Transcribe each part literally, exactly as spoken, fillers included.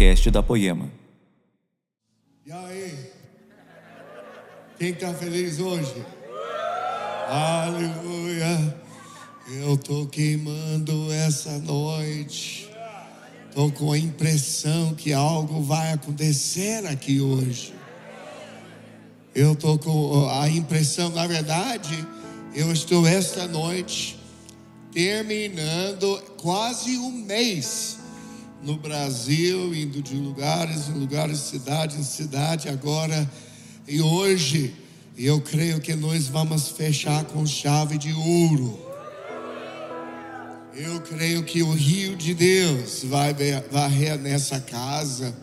podcast da Poema. E aí? Quem está feliz hoje? Aleluia! Eu estou queimando essa noite. Estou com a impressão que algo vai acontecer aqui hoje. Eu estou com a impressão, na verdade, eu estou esta noite terminando quase um mês no Brasil, indo de lugares em lugares, cidade em cidade agora. E hoje eu creio que nós vamos fechar com chave de ouro. Eu creio que o rio de Deus vai varrer nessa casa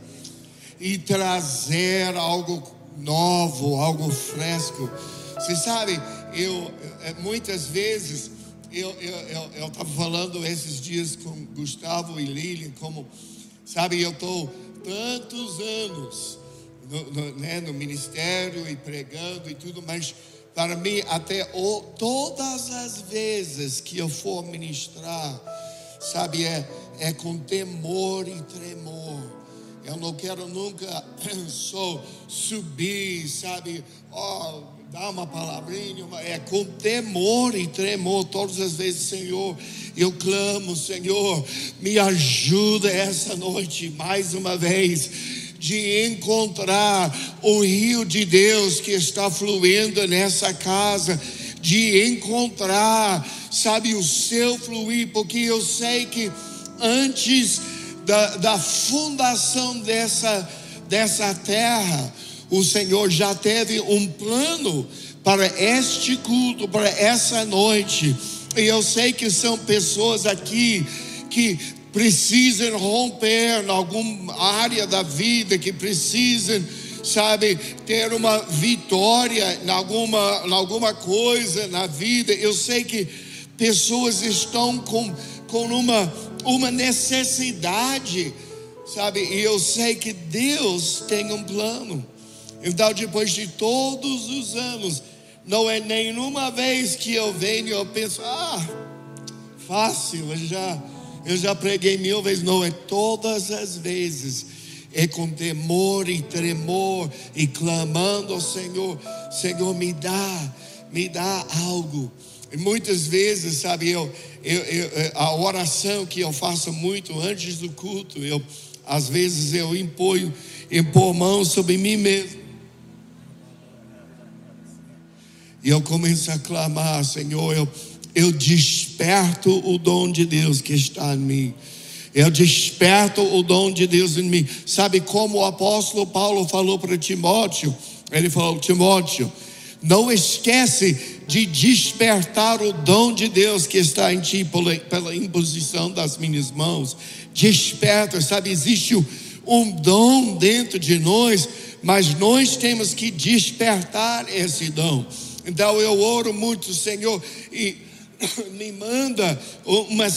e trazer algo novo, algo fresco. Você sabe, eu muitas vezes eu eu estava falando esses dias com Gustavo e Lilian, como sabe, eu estou tantos anos no, no, né, no ministério e pregando e tudo, mas para mim até o, todas as vezes que eu for ministrar, sabe, é, é com temor e tremor. Eu não quero nunca só subir, sabe, ó, oh, dar uma palavrinha, uma, é com temor e tremor, todas as vezes. Senhor, eu clamo, Senhor, me ajuda essa noite, mais uma vez, de encontrar o rio de Deus que está fluindo nessa casa, de encontrar, sabe, o seu fluir, porque eu sei que antes da, da fundação dessa, dessa terra, o Senhor já teve um plano para este culto, para essa noite. E eu sei que são pessoas aqui que precisam romper em alguma área da vida, que precisam, sabe, ter uma vitória em alguma, em alguma coisa na vida. Eu sei que pessoas estão com, com uma, uma necessidade, sabe, e eu sei que Deus tem um plano. Então, depois de todos os anos, não é nenhuma vez que eu venho e eu penso, ah, fácil, eu já, eu já preguei mil vezes. Não, é todas as vezes, é com temor e tremor e clamando ao Senhor, Senhor, me dá, me dá algo. E muitas vezes, sabe, eu, eu, eu, a oração que eu faço muito antes do culto, eu, às vezes eu imponho, impor mão sobre mim mesmo. E eu começo a clamar, Senhor, eu, eu desperto o dom de Deus que está em mim. Eu desperto o dom de Deus em mim. Sabe como o apóstolo Paulo falou para Timóteo? Ele falou, Timóteo, não esquece de despertar o dom de Deus que está em ti pela, pela imposição das minhas mãos. Desperta, sabe, existe um dom dentro de nós, mas nós temos que despertar esse dom. Então eu oro muito, Senhor, e me manda uma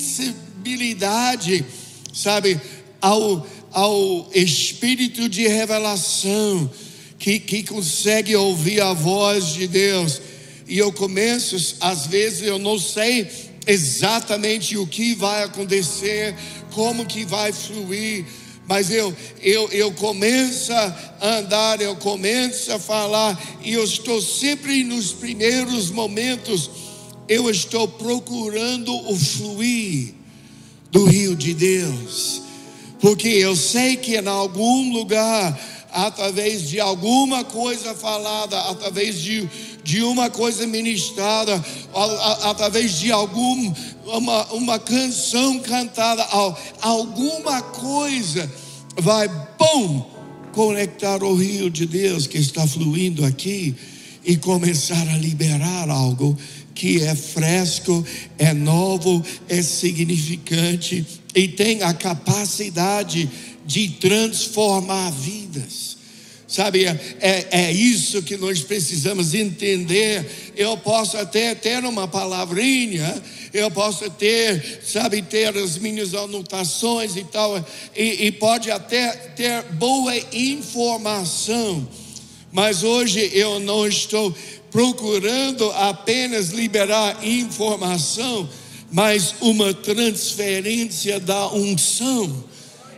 sensibilidade, sabe, ao, ao espírito de revelação, que, que consegue ouvir a voz de Deus. E eu começo, às vezes eu não sei exatamente o que vai acontecer, como que vai fluir, mas eu, eu, eu começo a andar, eu começo a falar, e eu estou sempre nos primeiros momentos, eu estou procurando o fluir do rio de Deus, porque eu sei que em algum lugar, através de alguma coisa falada, através de, de uma coisa ministrada, através de algum, uma, uma canção cantada, alguma coisa vai, bom, conectar o rio de Deus que está fluindo aqui e começar a liberar algo que é fresco, é novo, é significante e tem a capacidade de transformar vidas. Sabe, é, é isso que nós precisamos entender. Eu posso até ter uma palavrinha, eu posso ter, sabe, ter as minhas anotações e tal, e, e pode até ter boa informação, mas hoje eu não estou procurando apenas liberar informação, mas uma transferência da unção.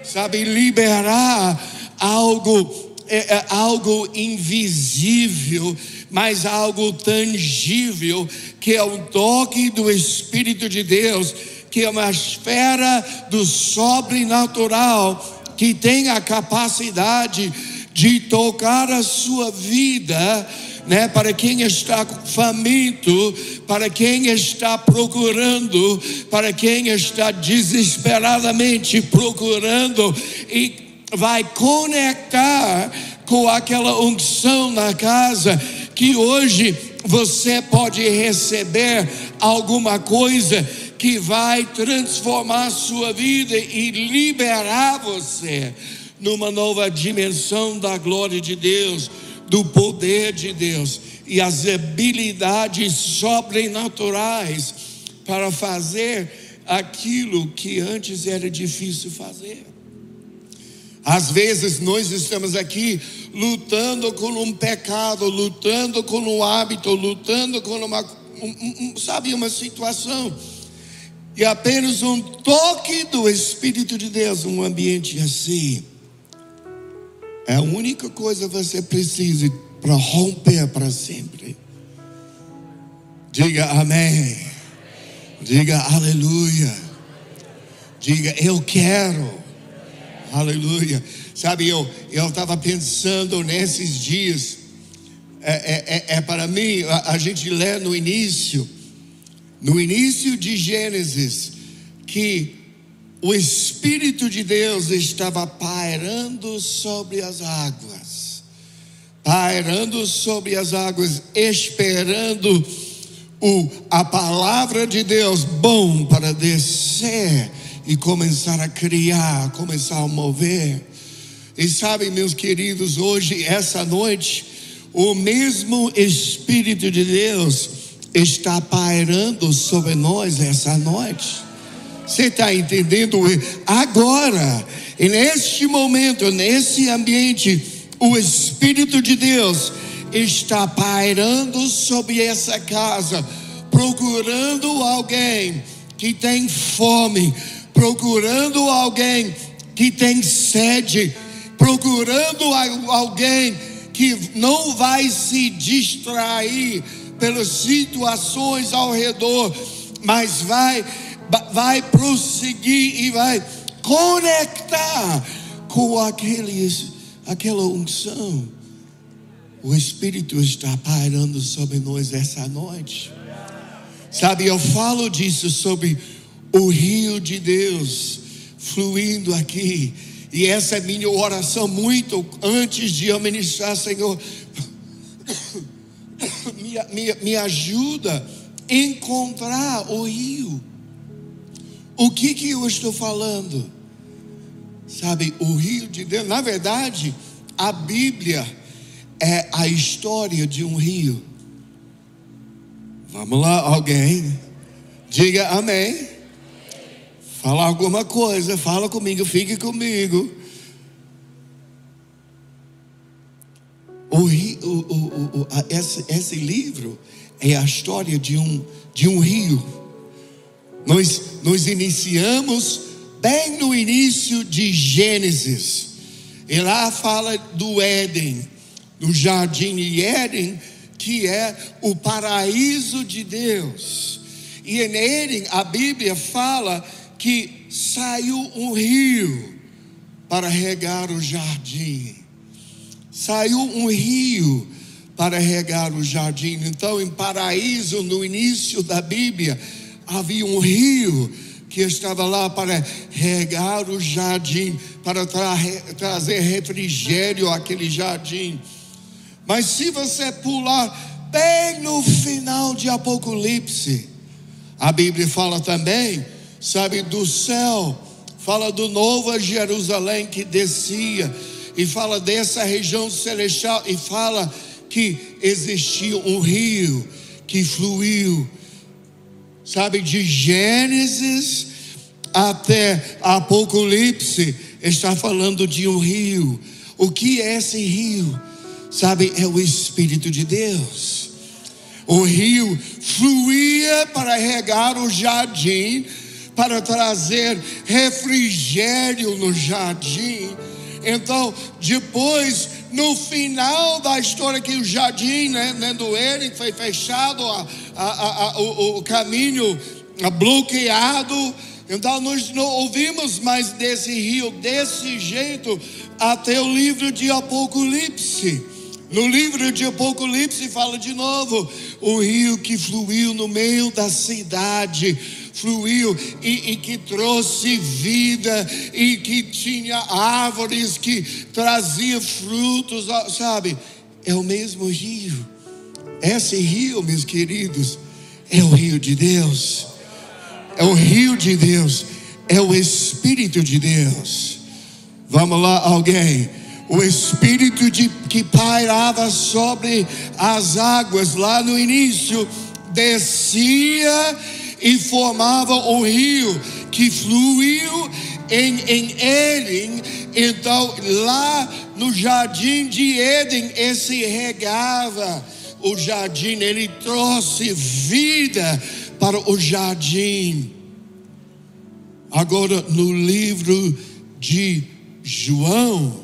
sabe, liberar algo, é, é, algo invisível, mas algo tangível, que é um toque do Espírito de Deus, que é uma esfera do sobrenatural, que tem a capacidade de tocar a sua vida, né? Para quem está faminto, para quem está procurando, para quem está desesperadamente procurando, e vai conectar com aquela unção na casa, que hoje você pode receber alguma coisa que vai transformar a sua vida e liberar você numa nova dimensão da glória de Deus, do poder de Deus e as habilidades sobrenaturais para fazer aquilo que antes era difícil fazer. Às vezes nós estamos aqui lutando com um pecado, lutando com um hábito, lutando com uma, um, um, sabe, uma situação, e apenas um toque do Espírito de Deus, um ambiente assim, é a única coisa que você precisa para romper para sempre. Diga amém. Diga aleluia. Diga eu quero. Aleluia. Sabe, eu eu estava pensando nesses dias, é, é, é para mim, a, a gente lê no início, no início de Gênesis, que o Espírito de Deus estava pairando sobre as águas, pairando sobre as águas, esperando o, a palavra de Deus bom para descer e começar a criar, começar a mover. E sabe, meus queridos, hoje, essa noite, o mesmo Espírito de Deus está pairando sobre nós essa noite. Você está entendendo? Agora, neste momento, nesse ambiente, o Espírito de Deus está pairando sobre essa casa, procurando alguém que tem fome, procurando alguém que tem sede, procurando alguém que não vai se distrair pelas situações ao redor, mas vai vai prosseguir e vai conectar com aqueles, aquela unção. O Espírito está pairando sobre nós essa noite. Sabe, eu falo disso sobre o rio de Deus fluindo aqui, e essa é minha oração muito antes de eu ministrar. Senhor, me, me, me ajuda a encontrar o rio. O que que eu estou falando? Sabe, o rio de Deus, na verdade, a Bíblia é a história de um rio. Vamos lá, alguém? Diga amém. Fala alguma coisa, fala comigo, fique comigo. O, rio, o, o, o, a, esse, esse livro é a história de um, de um rio. Nós, nós iniciamos bem no início de Gênesis, e lá fala do Éden, do jardim de Éden, que é o paraíso de Deus. E em Éden a Bíblia fala que saiu um rio para regar o jardim. Saiu um rio para regar o jardim. Então, em paraíso, no início da Bíblia, havia um rio que estava lá para regar o jardim, para tra- trazer refrigério àquele jardim. Mas se você pular bem no final de Apocalipse, a Bíblia fala também, sabe, do céu, fala do novo Jerusalém que descia, e fala dessa região celestial, e fala que existia um rio que fluiu, sabe, de Gênesis até Apocalipse, está falando de um rio. O que é esse rio? Sabe, é o Espírito de Deus. O rio fluía para regar o jardim, para trazer refrigério no jardim. Então, depois, no final da história, que o jardim, né, né, do Éden foi fechado, a, a, a, o, o caminho bloqueado. Então, nós não ouvimos mais desse rio desse jeito até o livro de Apocalipse. No livro de Apocalipse fala de novo: o rio que fluiu no meio da cidade, fluiu e, e que trouxe vida, e que tinha árvores que traziam frutos, sabe? É o mesmo rio. Esse rio, meus queridos, é o rio de Deus. É o rio de Deus, é o Espírito de Deus. Vamos lá, alguém. O Espírito de, que pairava sobre as águas lá no início, descia e formava um rio que fluiu em, em Éden. Então lá no jardim de Éden, esse regava o jardim, ele trouxe vida para o jardim. Agora no livro de João,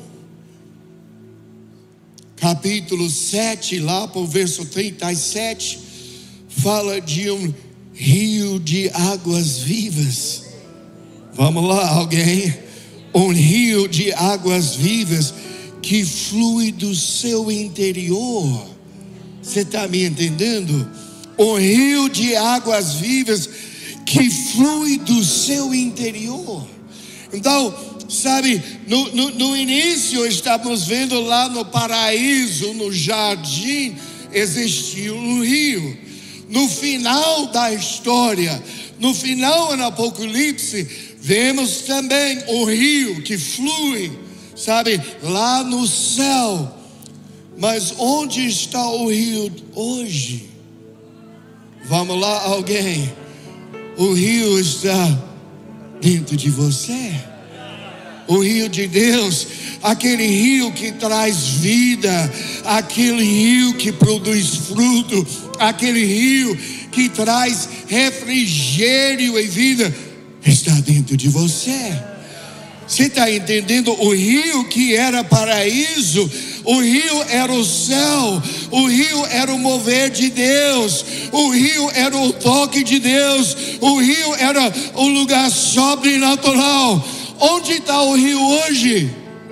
capítulo sete, lá por verso trinta e sete, fala de um rio de águas vivas. Vamos lá, alguém. Um rio de águas vivas que flui do seu interior. Você está me entendendo? Um rio de águas vivas que flui do seu interior. Então, sabe, no, no, no início estávamos vendo lá no paraíso, no jardim, existia um rio. No final da história, no final do Apocalipse, vemos também um rio que flui, sabe, lá no céu. Mas onde está o rio hoje? Vamos lá, alguém. O rio está dentro de você. O rio de Deus, aquele rio que traz vida, aquele rio que produz fruto, aquele rio que traz refrigério e vida, está dentro de você. Você está entendendo? O rio que era paraíso, o rio era o céu, o rio era o mover de Deus, o rio era o toque de Deus, o rio era o lugar sobrenatural. Onde está o rio hoje?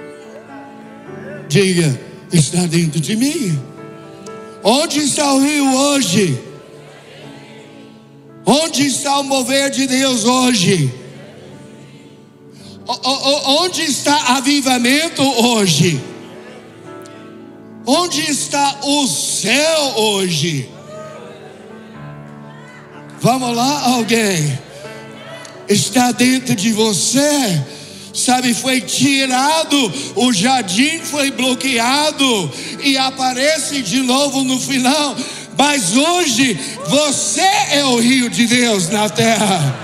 Diga, está dentro de mim. Onde está o rio hoje? Onde está o mover de Deus hoje? Onde está avivamento hoje? Onde está o céu hoje? Vamos lá, alguém. Está dentro de você. Sabe, foi tirado, o jardim foi bloqueado e aparece de novo no final. Mas hoje você é o rio de Deus na terra.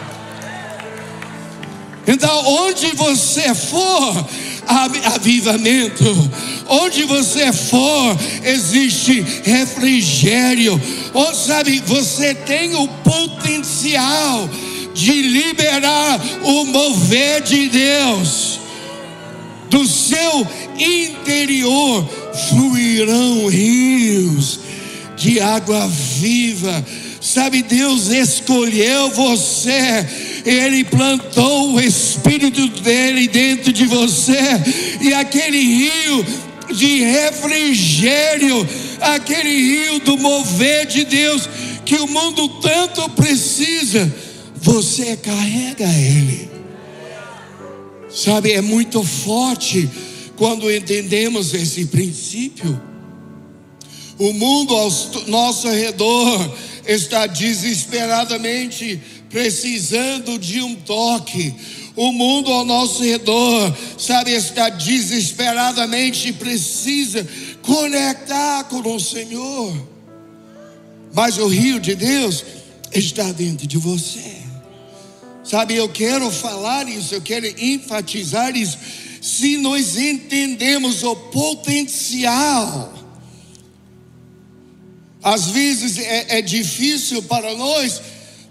Então, onde você for, avivamento. Onde você for, existe refrigério. Ou sabe, você tem o potencial de liberar o mover de Deus. Do seu interior fluirão rios de água viva. Sabe, Deus escolheu você, Ele plantou o Espírito dele dentro de você, e aquele rio de refrigério, aquele rio do mover de Deus que o mundo tanto precisa, você carrega ele. Sabe, é muito forte quando entendemos esse princípio. O mundo ao nosso redor está desesperadamente precisando de um toque. O mundo ao nosso redor, sabe, está desesperadamente precisa conectar com o Senhor. Mas o rio de Deus está dentro de você. Sabe, eu quero falar isso, eu quero enfatizar isso. Se nós entendemos o potencial, às vezes é, é difícil para nós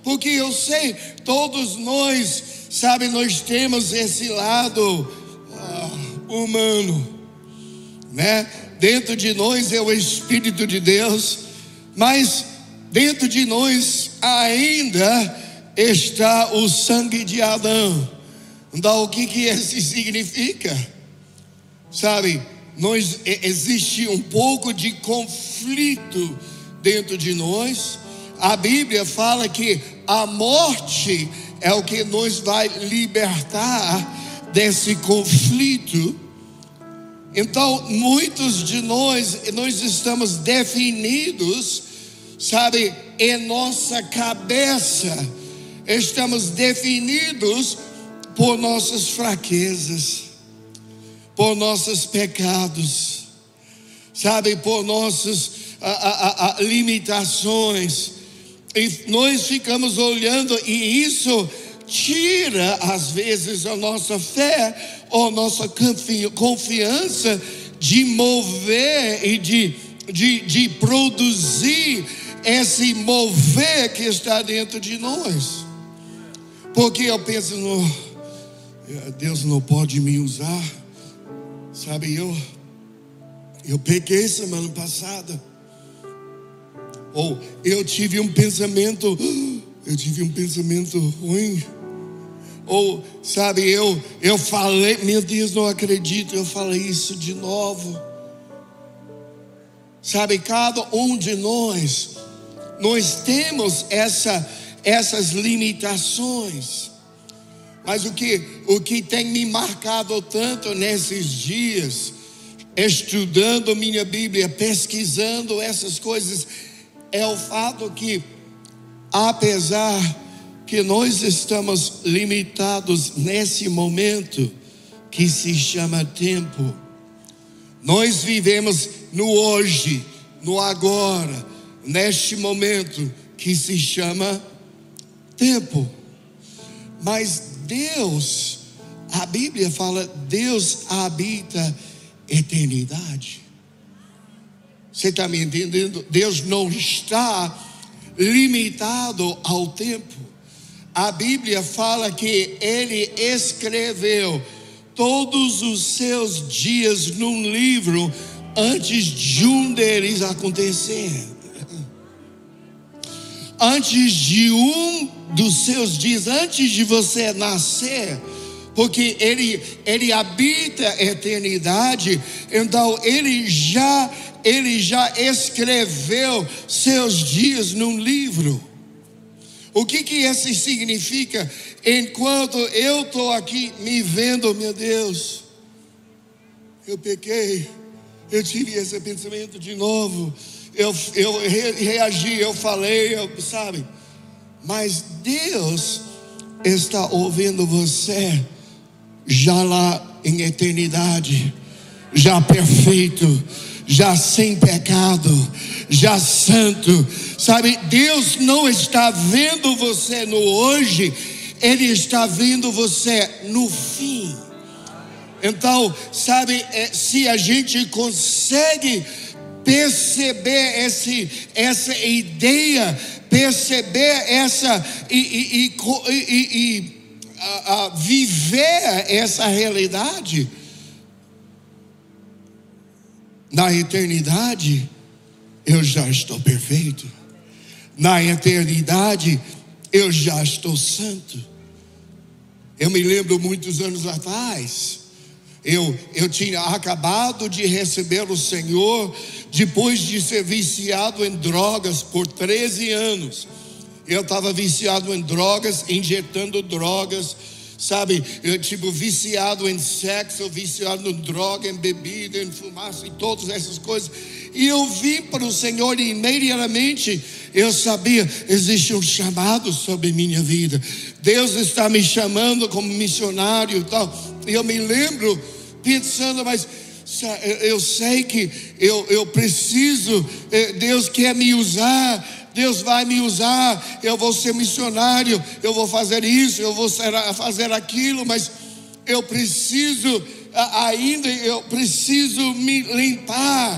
Porque eu sei, todos nós, sabe, nós temos esse lado ah, humano, né? Dentro de nós é o Espírito de Deus, mas dentro de nós ainda está o sangue de Adão. Então o que que isso significa? Sabe, nós, existe um pouco de conflito dentro de nós. A Bíblia fala que a morte é o que nos vai libertar desse conflito. Então muitos de nós, nós estamos definidos, sabe, em nossa cabeça, estamos definidos por nossas fraquezas, por nossos pecados, sabe, por nossas a, a, a, limitações, e nós ficamos olhando, e isso tira às vezes a nossa fé ou nossa confiança de mover e de, de, de produzir esse mover que está dentro de nós. Porque eu penso, no, Deus não pode me usar. Sabe, eu eu pequei semana passada, ou eu tive um pensamento, eu tive um pensamento ruim, ou sabe, eu eu falei, meu Deus, não acredito, eu falei isso de novo. Sabe, cada um de nós, nós temos essa, essas limitações. Mas o que, o que tem me marcado tanto nesses dias, estudando minha Bíblia, pesquisando essas coisas, é o fato que, apesar que nós estamos limitados nesse momento que se chama tempo, nós vivemos no hoje, no agora, neste momento que se chama tempo. Mas Deus, a Bíblia fala, Deus habita eternidade. Você está me entendendo? Deus não está limitado ao tempo. A Bíblia fala que Ele escreveu todos os seus dias num livro antes de um deles acontecer. Antes de um dos seus dias, antes de você nascer, porque ele, ele habita a eternidade, então ele já, ele já escreveu seus dias num livro. O que que isso significa? Enquanto eu estou aqui me vendo, meu Deus, eu pequei, eu tive esse pensamento de novo, eu, eu re, reagi, eu falei, eu, sabe? Mas Deus está ouvindo você já lá em eternidade, já perfeito, já sem pecado, já santo, sabe? Deus não está vendo você no hoje, Ele está vendo você no fim. Então, sabe, se a gente consegue perceber esse, essa ideia, perceber essa e, e, e, e, e a, a viver essa realidade, na eternidade eu já estou perfeito, na eternidade eu já estou santo. Eu me lembro muitos anos atrás, eu, eu tinha acabado de receber o Senhor, depois de ser viciado em drogas por treze anos. Eu estava viciado em drogas, injetando drogas, sabe, eu, tipo viciado em sexo, viciado em droga, em bebida, em fumaça, em todas essas coisas. E eu vim para o Senhor e imediatamente eu sabia, existe um chamado sobre minha vida. Deus está me chamando como missionário e tal. E eu me lembro pensando, mas eu sei que eu, eu preciso, Deus quer me usar, Deus vai me usar, eu vou ser missionário, eu vou fazer isso, eu vou fazer aquilo, mas eu preciso ainda, eu preciso me limpar,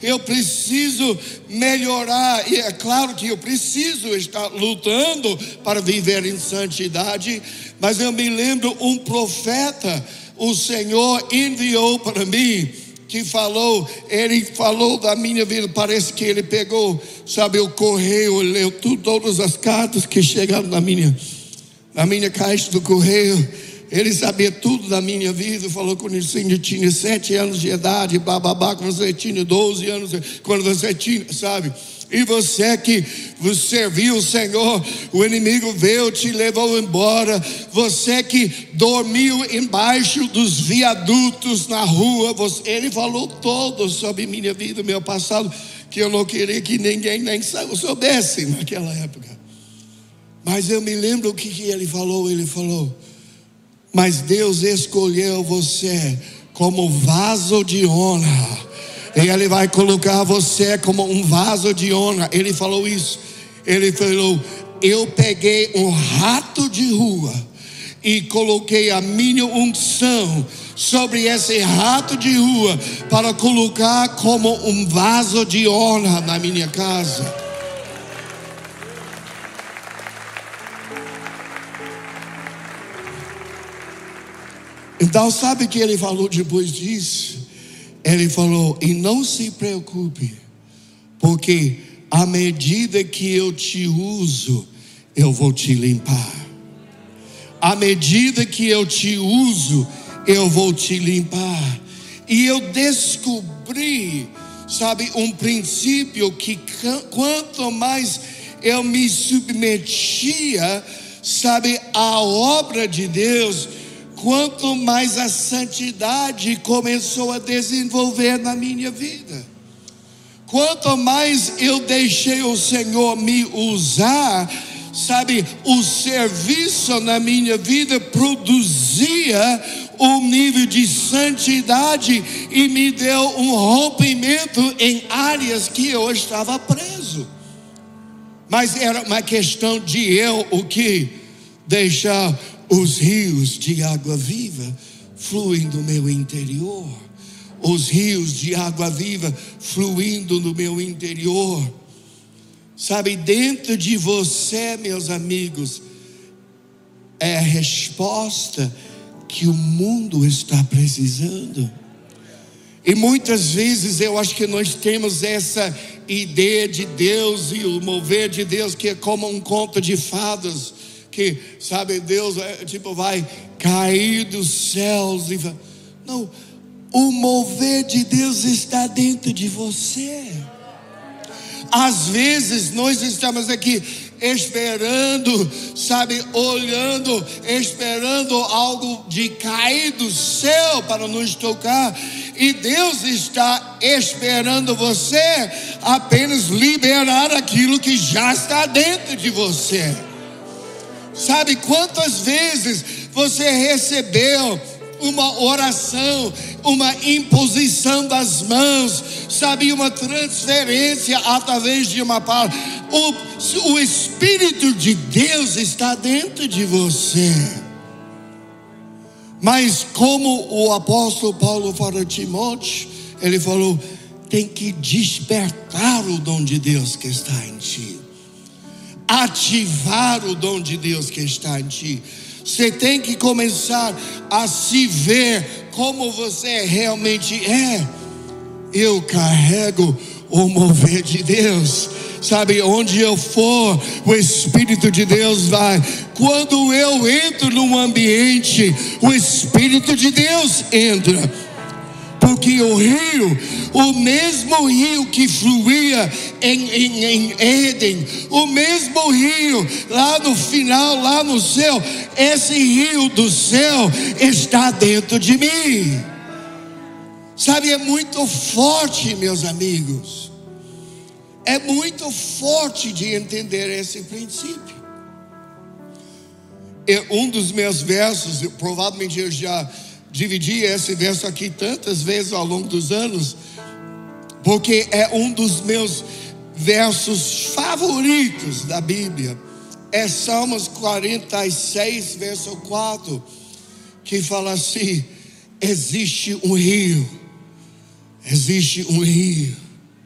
eu preciso melhorar. E é claro que eu preciso estar lutando para viver em santidade. Mas eu me lembro um profeta, o Senhor enviou para mim, que falou, ele falou da minha vida. Parece que ele pegou, sabe, o correio, leu tudo, todas as cartas que chegaram na minha, na minha caixa do correio. Ele sabia tudo da minha vida. Falou quando eu tinha sete anos de idade, bababá, quando você tinha doze anos, quando você tinha, sabe? E você que você serviu o Senhor, o inimigo veio, te levou embora. Você que dormiu embaixo dos viadutos na rua, você, ele falou todo sobre minha vida, meu passado, que eu não queria que ninguém nem soubesse naquela época. Mas eu me lembro o que, que ele falou. Ele falou: mas Deus escolheu você como vaso de honra, e Ele vai colocar você como um vaso de honra. Ele falou isso. Ele falou: eu peguei um rato de rua e coloquei a minha unção sobre esse rato de rua para colocar como um vaso de honra na minha casa. Então, sabe o que ele falou depois disso? Ele falou: e não se preocupe, porque à medida que eu te uso, eu vou te limpar. À medida que eu te uso, eu vou te limpar. E eu descobri, sabe, um princípio que quanto mais eu me submetia, sabe, à obra de Deus, quanto mais a santidade começou a desenvolver na minha vida. Quanto mais eu deixei o Senhor me usar, sabe, o serviço na minha vida produzia um nível de santidade e me deu um rompimento em áreas que eu estava preso. Mas era uma questão de eu, o que? Deixar os rios de água viva fluindo no meu interior. Os rios de água viva fluindo no meu interior. Sabe, dentro de você, meus amigos, é a resposta que o mundo está precisando. E muitas vezes eu acho que nós temos essa ideia de Deus e o mover de Deus que é como um conto de fadas, que, sabe, Deus é, tipo, vai cair dos céus e vai... Não, o mover de Deus está dentro de você. Às vezes nós estamos aqui esperando, sabe, olhando, esperando algo de cair do céu para nos tocar, e Deus está esperando você apenas liberar aquilo que já está dentro de você. Sabe quantas vezes você recebeu uma oração, uma imposição das mãos, sabe, uma transferência através de uma palavra? O, o Espírito de Deus está dentro de você. Mas como o apóstolo Paulo falou a Timóteo, ele falou: tem que despertar o dom de Deus que está em ti, ativar o dom de Deus que está em ti. Você tem que começar a se ver como você realmente é. Eu carrego o mover de Deus, sabe, onde eu for, o Espírito de Deus vai. Quando eu entro num ambiente, o Espírito de Deus entra. Porque o rio, o mesmo rio que fluía em, em, em Éden, o mesmo rio lá no final, lá no céu, esse rio do céu está dentro de mim. Sabe, é muito forte, meus amigos. É muito forte de entender esse princípio. É um dos meus versos, eu, provavelmente eu já dividi esse verso aqui tantas vezes ao longo dos anos, porque é um dos meus versos favoritos da Bíblia. É Salmos quarenta e seis, verso quatro, que fala assim: existe um rio, existe um rio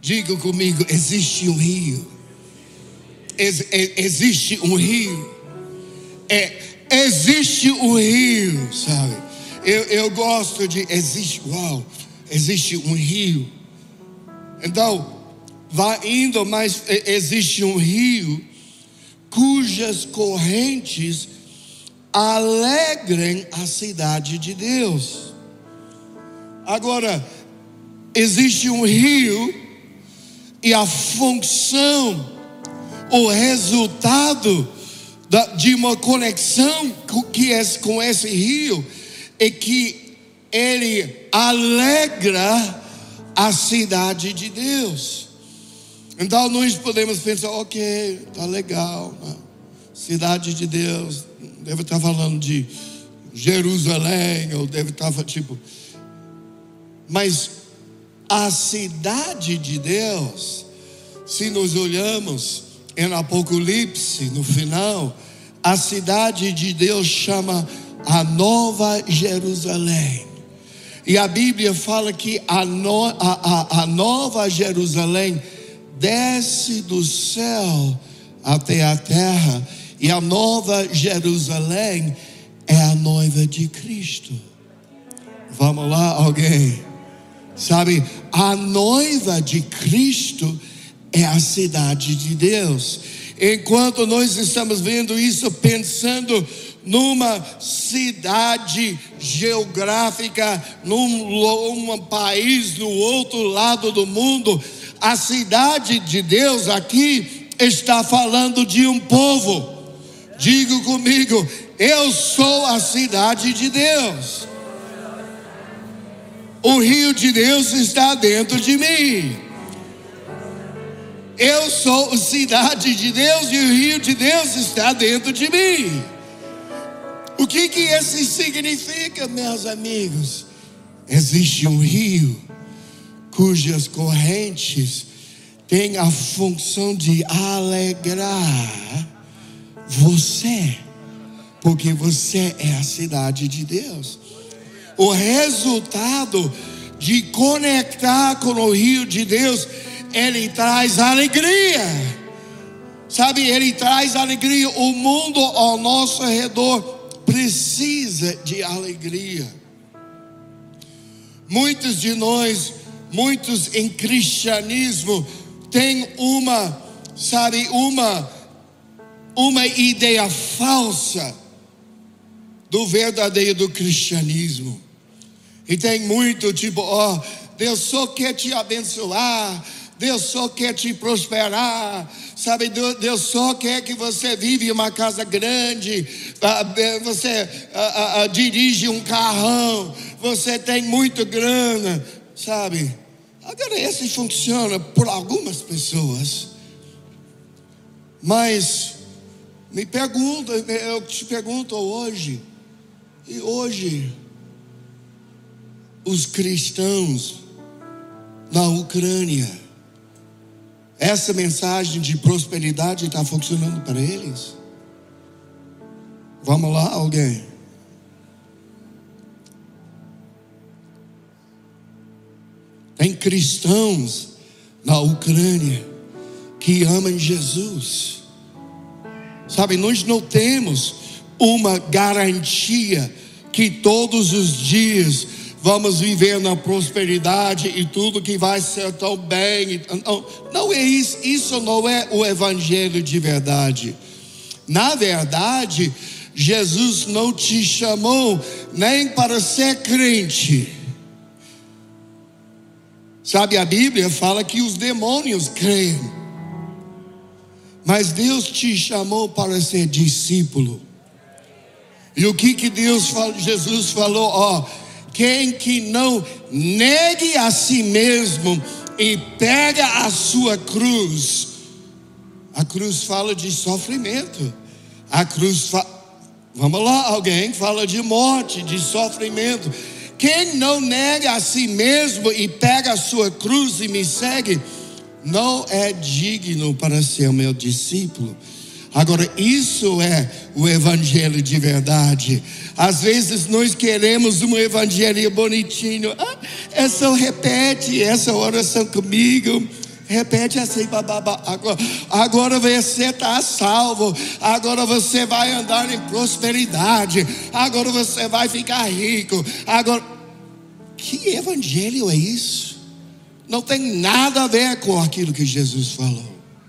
Diga comigo, existe um rio. Ex, existe um rio. É, existe um rio, sabe? Eu, eu gosto de, existe, uau, existe um rio. Então, vai indo, mas existe um rio cujas correntes alegrem a cidade de Deus. Agora, existe um rio e a função, o resultado da, de uma conexão com, que é, com esse rio é que ele alegra a cidade de Deus. Então nós podemos pensar, ok, tá legal, né? Cidade de Deus, deve estar falando de Jerusalém, ou deve estar tipo, mas a cidade de Deus, se nós olhamos em Apocalipse, no final, a cidade de Deus chama a Nova Jerusalém. E a Bíblia fala que a, no, a, a, a Nova Jerusalém desce do céu até a terra. E a Nova Jerusalém é a noiva de Cristo. Vamos lá, alguém? Sabe, a noiva de Cristo é a cidade de Deus. Enquanto nós estamos vendo isso, pensando numa cidade geográfica, num, num país no outro lado do mundo, a cidade de Deus aqui está falando de um povo. Diga comigo, eu sou a cidade de Deus. O rio de Deus está dentro de mim. Eu sou a cidade de Deus e o rio de Deus está dentro de mim. O que que isso significa, meus amigos? Existe um rio cujas correntes têm a função de alegrar você, porque você é a cidade de Deus. O resultado de conectar com o rio de Deus, ele traz alegria. Sabe, ele traz alegria. O mundo ao nosso redor precisa de alegria. Muitos de nós, muitos em cristianismo, têm uma, sabe, uma, uma ideia falsa do verdadeiro cristianismo. E tem muito tipo, ó, oh, Deus só quer te abençoar, Deus só quer te prosperar, sabe, Deus só quer que você vive em uma casa grande, você uh, uh, uh, dirige um carrão, você tem muito grana, sabe. Agora isso funciona por algumas pessoas, mas me pergunta, eu te pergunto hoje, e hoje os cristãos na Ucrânia, essa mensagem de prosperidade está funcionando para eles? Vamos lá, alguém? Tem cristãos na Ucrânia que amam Jesus. Sabe, nós não temos uma garantia que todos os dias vamos viver na prosperidade e tudo que vai ser tão bem. Não, não é isso, isso não é o evangelho de verdade. Na verdade, Jesus não te chamou nem para ser crente. Sabe, a Bíblia fala que os demônios creem, mas Deus te chamou para ser discípulo. E o que que Deus falou? Jesus falou, ó, quem que não negue a si mesmo e pega a sua cruz. A cruz fala de sofrimento. A cruz fala, vamos lá, alguém fala de morte, de sofrimento. Quem não nega a si mesmo e pega a sua cruz e me segue, não é digno para ser meu discípulo. Agora, isso é o evangelho de verdade. Às vezes nós queremos um evangelho bonitinho. Ah, é só repete essa oração comigo. Repete assim, bababá. Agora, agora você está salvo. Agora você vai andar em prosperidade. Agora você vai ficar rico. Agora, que evangelho é isso? Não tem nada a ver com aquilo que Jesus falou.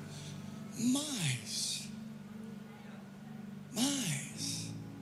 Mas, mas,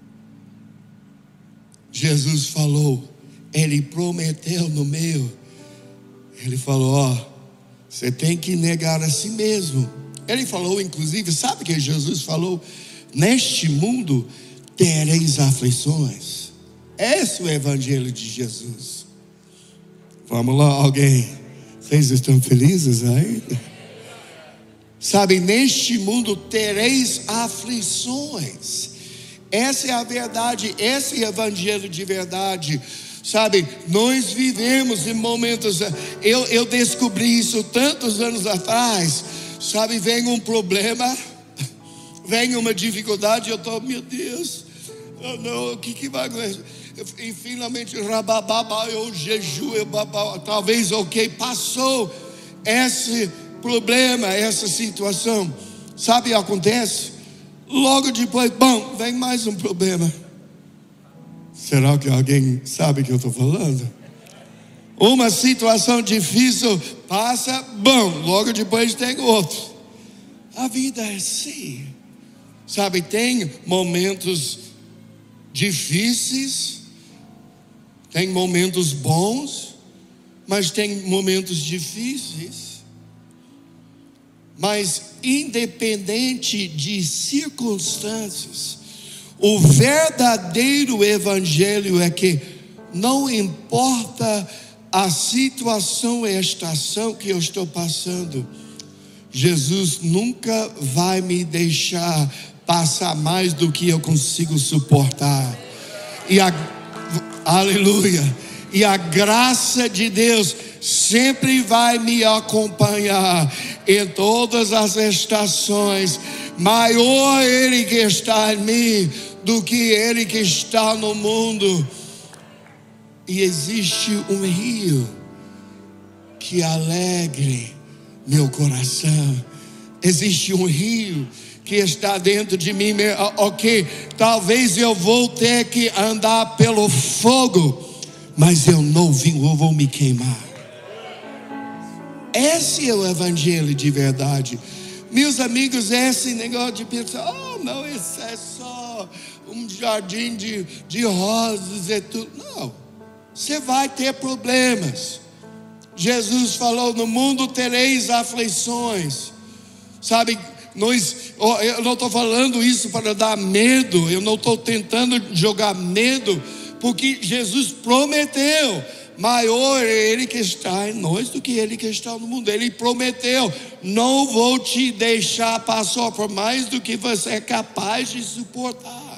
Jesus falou, Ele prometeu no meio. Ele falou, ó, você tem que negar a si mesmo. Ele falou, inclusive, sabe o que Jesus falou? Neste mundo tereis aflições. Esse é o evangelho de Jesus. Vamos lá, alguém. Vocês estão felizes ainda? Sabe, neste mundo tereis aflições. Essa é a verdade, esse é o evangelho de verdade. Sabe, nós vivemos em momentos, eu, eu descobri isso tantos anos atrás. Sabe, vem um problema, vem uma dificuldade, eu estou, meu Deus, oh, não, o que, que vai acontecer? E finalmente, rabababa, eu jejuo, eu babá, talvez, ok, passou esse problema, essa situação. Sabe, acontece, logo depois, bom, vem mais um problema. Será que alguém sabe o que eu estou falando? Uma situação difícil passa, bom, logo depois tem outro. A vida é assim. Sabe, tem momentos difíceis, tem momentos bons, mas tem momentos difíceis. Mas independente de circunstâncias, o verdadeiro evangelho é que não importa a situação, a estação que eu estou passando, Jesus nunca vai me deixar passar mais do que eu consigo suportar. E a, aleluia, e a graça de Deus sempre vai me acompanhar em todas as estações. Maior Ele que está em mim do que Ele que está no mundo. E existe um rio que alegre meu coração. Existe um rio que está dentro de mim. Ok, talvez eu vou ter que andar pelo fogo, mas eu não vou, vou me queimar. Esse é o evangelho de verdade. Meus amigos, esse negócio de pensar, oh não, isso é só um jardim de, de rosas e tudo. Não, você vai ter problemas. Jesus falou, no mundo tereis aflições. Sabe, nós, eu não estou falando isso para dar medo, eu não estou tentando jogar medo, porque Jesus prometeu. Maior é Ele que está em nós do que Ele que está no mundo. Ele prometeu, não vou te deixar passar por mais do que você é capaz de suportar.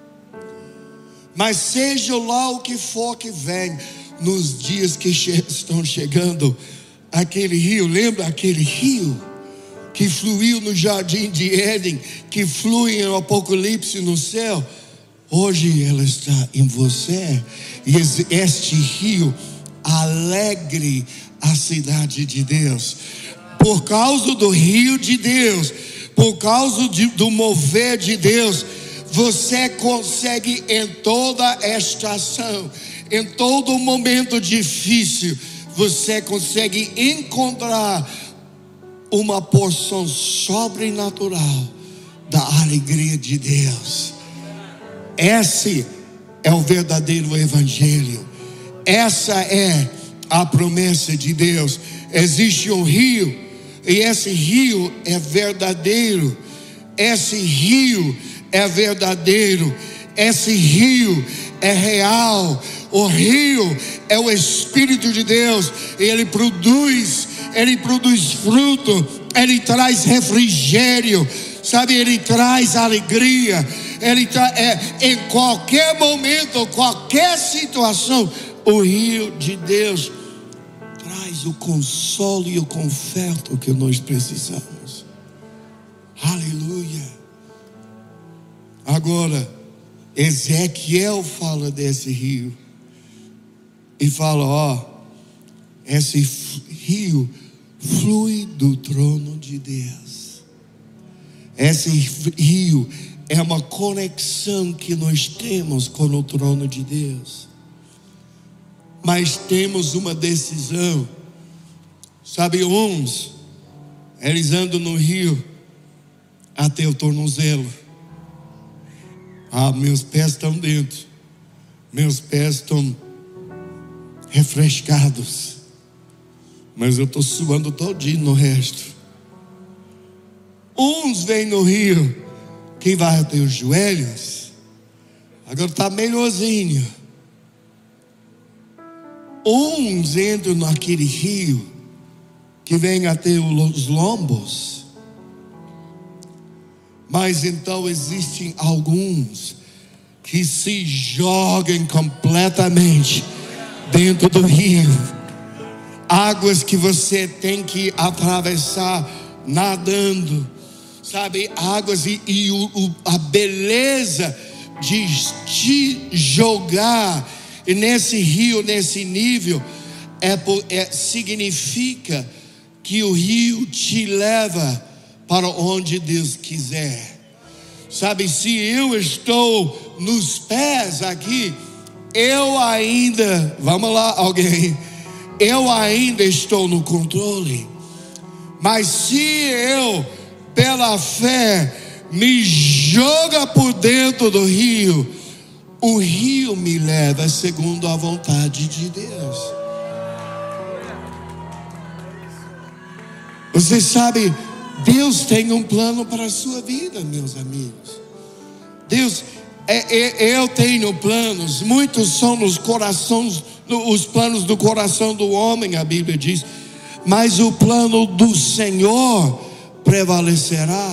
Mas seja lá o que for que vem, nos dias que che- estão chegando, aquele rio, lembra aquele rio que fluiu no jardim de Éden, que flui no Apocalipse no céu? Hoje ela está em você. E este rio alegre a cidade de Deus. Por causa do rio de Deus, por causa de, do mover de Deus, você consegue em toda estação, em todo momento difícil, você consegue encontrar uma porção sobrenatural da alegria de Deus. Esse é o verdadeiro evangelho. Essa é a promessa de Deus. Existe um rio, e esse rio é verdadeiro. Esse rio é verdadeiro. Esse rio é real. O rio é o Espírito de Deus. E ele produz, ele produz fruto. Ele traz refrigério. Sabe, ele traz alegria. Ele tá, é, em qualquer momento, qualquer situação, o rio de Deus traz o consolo e o conforto que nós precisamos. Aleluia. Agora, Ezequiel fala desse rio e fala, ó, esse rio flui do trono de Deus. Esse rio é uma conexão que nós temos com o trono de Deus. Mas temos uma decisão. Sabe, uns, eles andam no rio até o tornozelo. Ah, meus pés estão dentro. Meus pés estão refrescados. Mas eu estou suando todinho no resto. Uns vêm no rio que vai até os joelhos. Agora está melhorzinho. Uns entram naquele rio que vem até os lombos. Mas então existem alguns que se jogam completamente dentro do rio. Águas que você tem que atravessar nadando, sabe? Águas e, e o, o, a beleza de te jogar nesse rio, nesse nível, é, é, significa que o rio te leva para onde Deus quiser. Sabe, se eu estou nos pés aqui, eu ainda, vamos lá, alguém, eu ainda estou no controle. Mas se eu, pela fé, me joga por dentro do rio, o rio me leva segundo a vontade de Deus. Você sabe, Deus tem um plano para a sua vida, meus amigos. Deus, é, é, eu tenho planos. Muitos são nos corações, os planos do coração do homem, a Bíblia diz. Mas o plano do Senhor prevalecerá.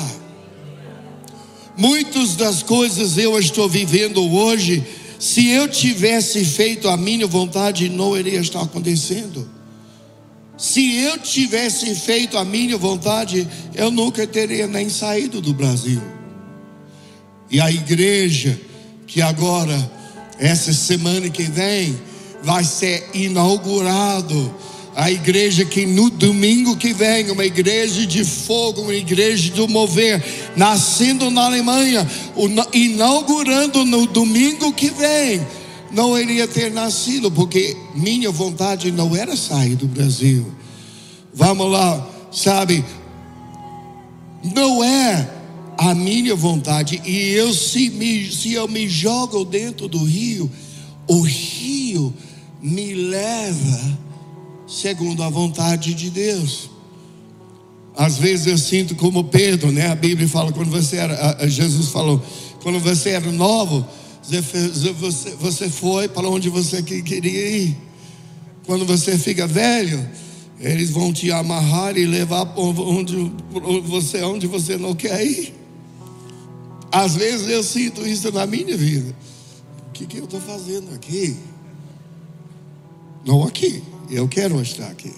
Muitas das coisas eu estou vivendo hoje, se eu tivesse feito a minha vontade, não iria estar acontecendo. Se eu tivesse feito a minha vontade, eu nunca teria nem saído do Brasil. E a igreja que agora, essa semana que vem, vai ser inaugurado. A igreja que no domingo que vem, uma igreja de fogo, uma igreja do mover, nascendo na Alemanha, inaugurando no domingo que vem. Não iria ter nascido, porque minha vontade não era sair do Brasil. Vamos lá, sabe? Não é a minha vontade. E eu se, me, se eu me jogo dentro do rio, o rio me leva segundo a vontade de Deus. Às vezes eu sinto como Pedro, né? A Bíblia fala, quando você era, Jesus falou, quando você era novo, você, você foi para onde você queria ir. Quando você fica velho, eles vão te amarrar e levar onde você, onde você não quer ir. Às vezes eu sinto isso na minha vida. O que, que eu estou fazendo aqui? Não aqui. Eu quero estar aqui.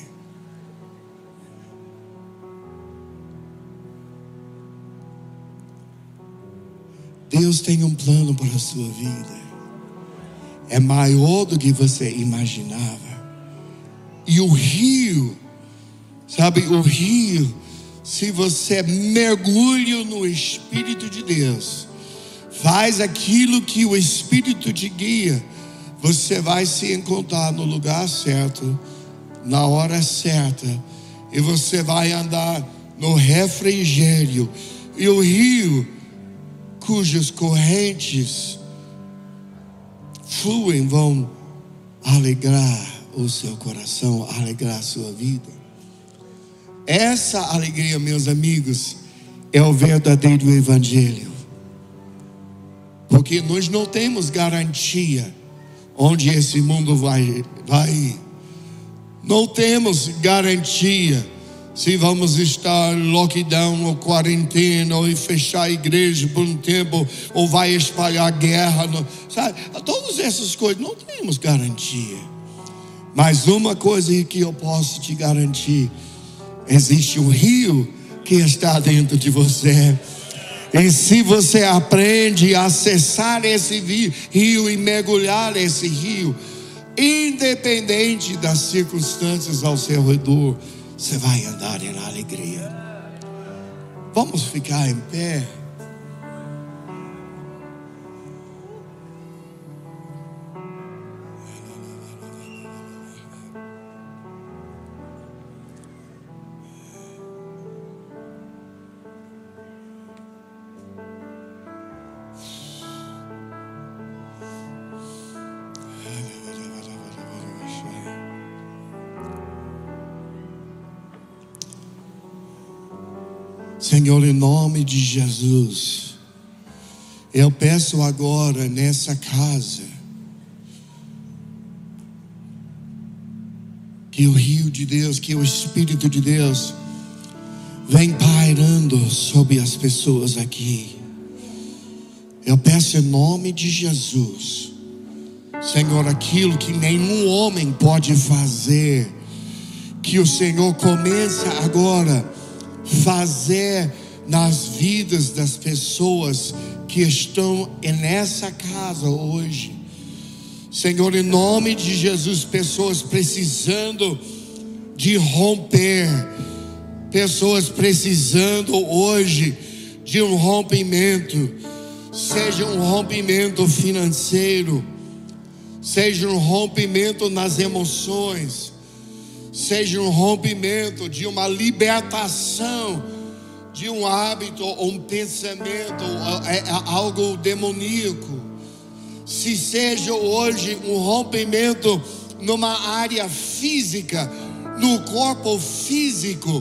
Deus tem um plano para a sua vida. É maior do que você imaginava. E o rio, sabe, o rio, se você mergulha no Espírito de Deus, faz aquilo que o Espírito te guia, você vai se encontrar no lugar certo, na hora certa, e você vai andar no refrigério. E o rio, cujas correntes fluem, vão alegrar o seu coração, alegrar a sua vida. Essa alegria, meus amigos, é o verdadeiro evangelho. Porque nós não temos garantia onde esse mundo vai, vai ir. Não temos garantia se vamos estar em lockdown ou quarentena, ou fechar a igreja por um tempo, ou vai espalhar guerra, no, sabe? Todas essas coisas não temos garantia. Mas uma coisa que eu posso te garantir: existe um rio que está dentro de você. E se você aprende a acessar esse rio e mergulhar nesse rio, independente das circunstâncias ao seu redor, você vai andar em alegria. Vamos ficar em pé. Senhor, em nome de Jesus, eu peço agora nessa casa que o rio de Deus, que o Espírito de Deus vem pairando sobre as pessoas aqui. Eu peço em nome de Jesus, Senhor, aquilo que nenhum homem pode fazer, que o Senhor começa agora fazer nas vidas das pessoas que estão nessa casa hoje. Senhor, em nome de Jesus, pessoas precisando de romper, pessoas precisando hoje de um rompimento, seja um rompimento financeiro, seja um rompimento nas emoções, seja um rompimento de uma libertação de um hábito ou um pensamento, algo demoníaco. Se seja hoje um rompimento numa área física, no corpo físico,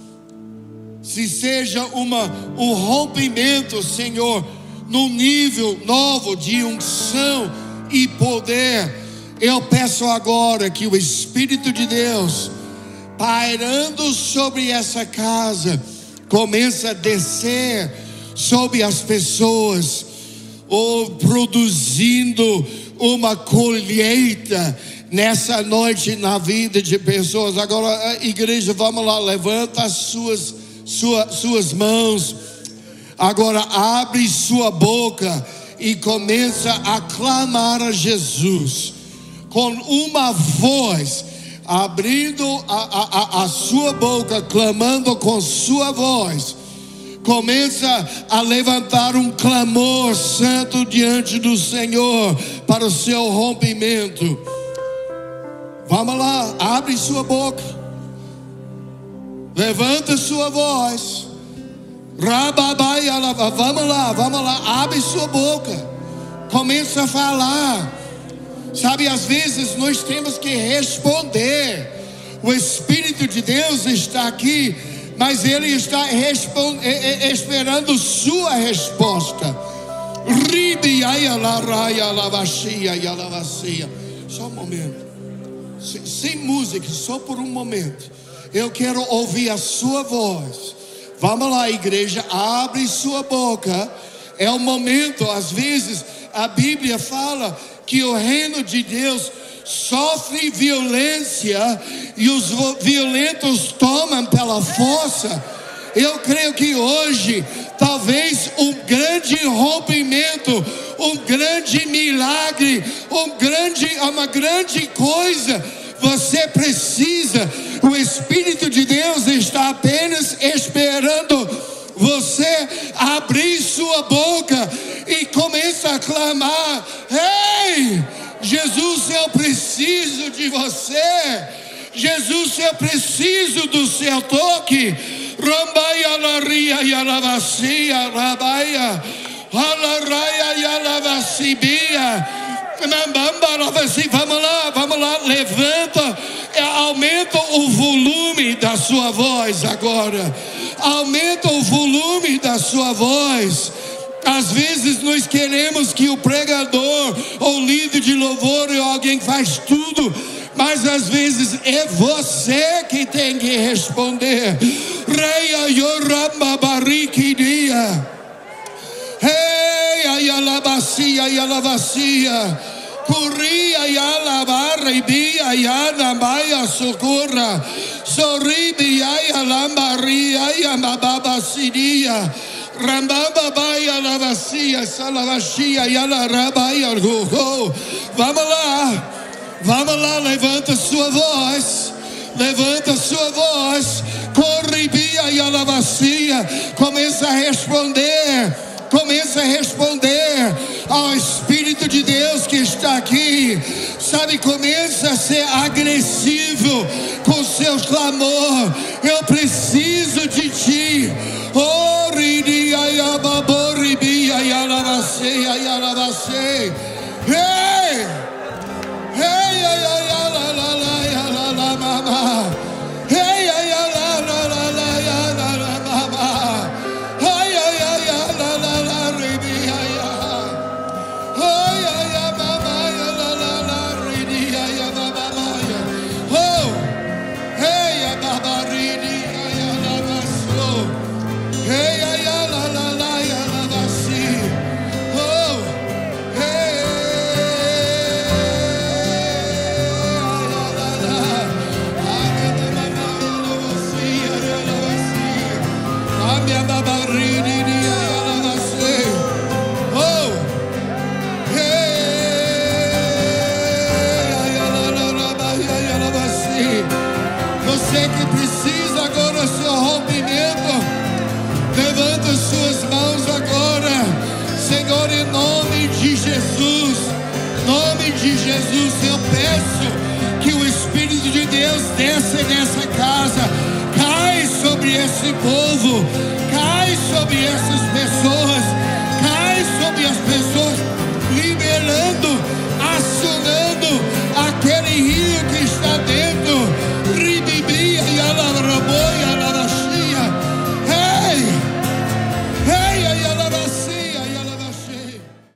se seja uma, um rompimento, Senhor, num nível novo de unção e poder. Eu peço agora que o Espírito de Deus, pairando sobre essa casa, comece a descer sobre as pessoas, ou produzindo uma colheita nessa noite na vida de pessoas. Agora, igreja, vamos lá, levanta as suas, sua, suas mãos. Agora abre sua boca e começa a clamar a Jesus com uma voz, abrindo a, a, a sua boca, clamando com sua voz. Começa a levantar um clamor santo diante do Senhor para o seu rompimento. Vamos lá, abre sua boca, levanta sua voz. Vamos lá, vamos lá, abre sua boca, começa a falar. Sabe, às vezes nós temos que responder. O Espírito de Deus está aqui, mas Ele está esperando sua resposta. Só um momento, sem música, só por um momento. Eu quero ouvir a sua voz. Vamos lá, igreja, abre sua boca. É o momento. Às vezes a Bíblia fala que o reino de Deus sofre violência e os violentos tomam pela força. Eu creio que hoje, talvez um grande rompimento, um grande milagre, um grande, uma grande coisa, você precisa. O Espírito de Deus está apenas esperando você abrir sua boca e começa a clamar: ei, Jesus, eu preciso de você. Jesus, eu preciso do seu toque. Rambaia laria e alavacia, rabaia, alaraia e alavacibia. Vamos lá, vamos lá, levanta, aumenta o volume da sua voz agora. Aumenta o volume da sua voz. Às vezes nós queremos que o pregador ou líder de louvor ou alguém faz tudo, mas às vezes é você que tem que responder. Reia yoramba bariquidia. Hey, ayalabacia, ayalabacia. Curia e alabarra e bia e anambaia socorra. Sorribi e alambaria e amababacidia. Rambaba baia lavacia, salavachia e alarabaia go. Vamos lá, vamos lá, levanta sua voz. Levanta a sua voz. Corribia e alabacia. Começa a responder. Começa a responder ao Espírito de Deus que está aqui. Sabe, começa a ser agressivo com seu clamor. Eu preciso de ti. Oh, ridia e ababoribia e alabacia e alabacei. Ei! Ei, ai, ai, ai, la, la, la, la, la, la, mama. Ei, ai, ai, la, la, la, la, la, la, mama. Ai, ai, ai, la, la, la, ribia, ya. Ai, ai, ai, mama, ya, la, la, la, ridia, ya, mama, ya. Oh, hey, ya, baba, ridia, ya, la, basso. Hey, ai, ai, la, la, la, ya, la, bassi. Oh, hey. Você que precisa agora do seu rompimento, levanta suas mãos agora. Senhor, em nome de Jesus, em nome de Jesus, eu peço que o Espírito de Deus desça nessa casa, cai sobre esse povo, cai sobre essas pessoas.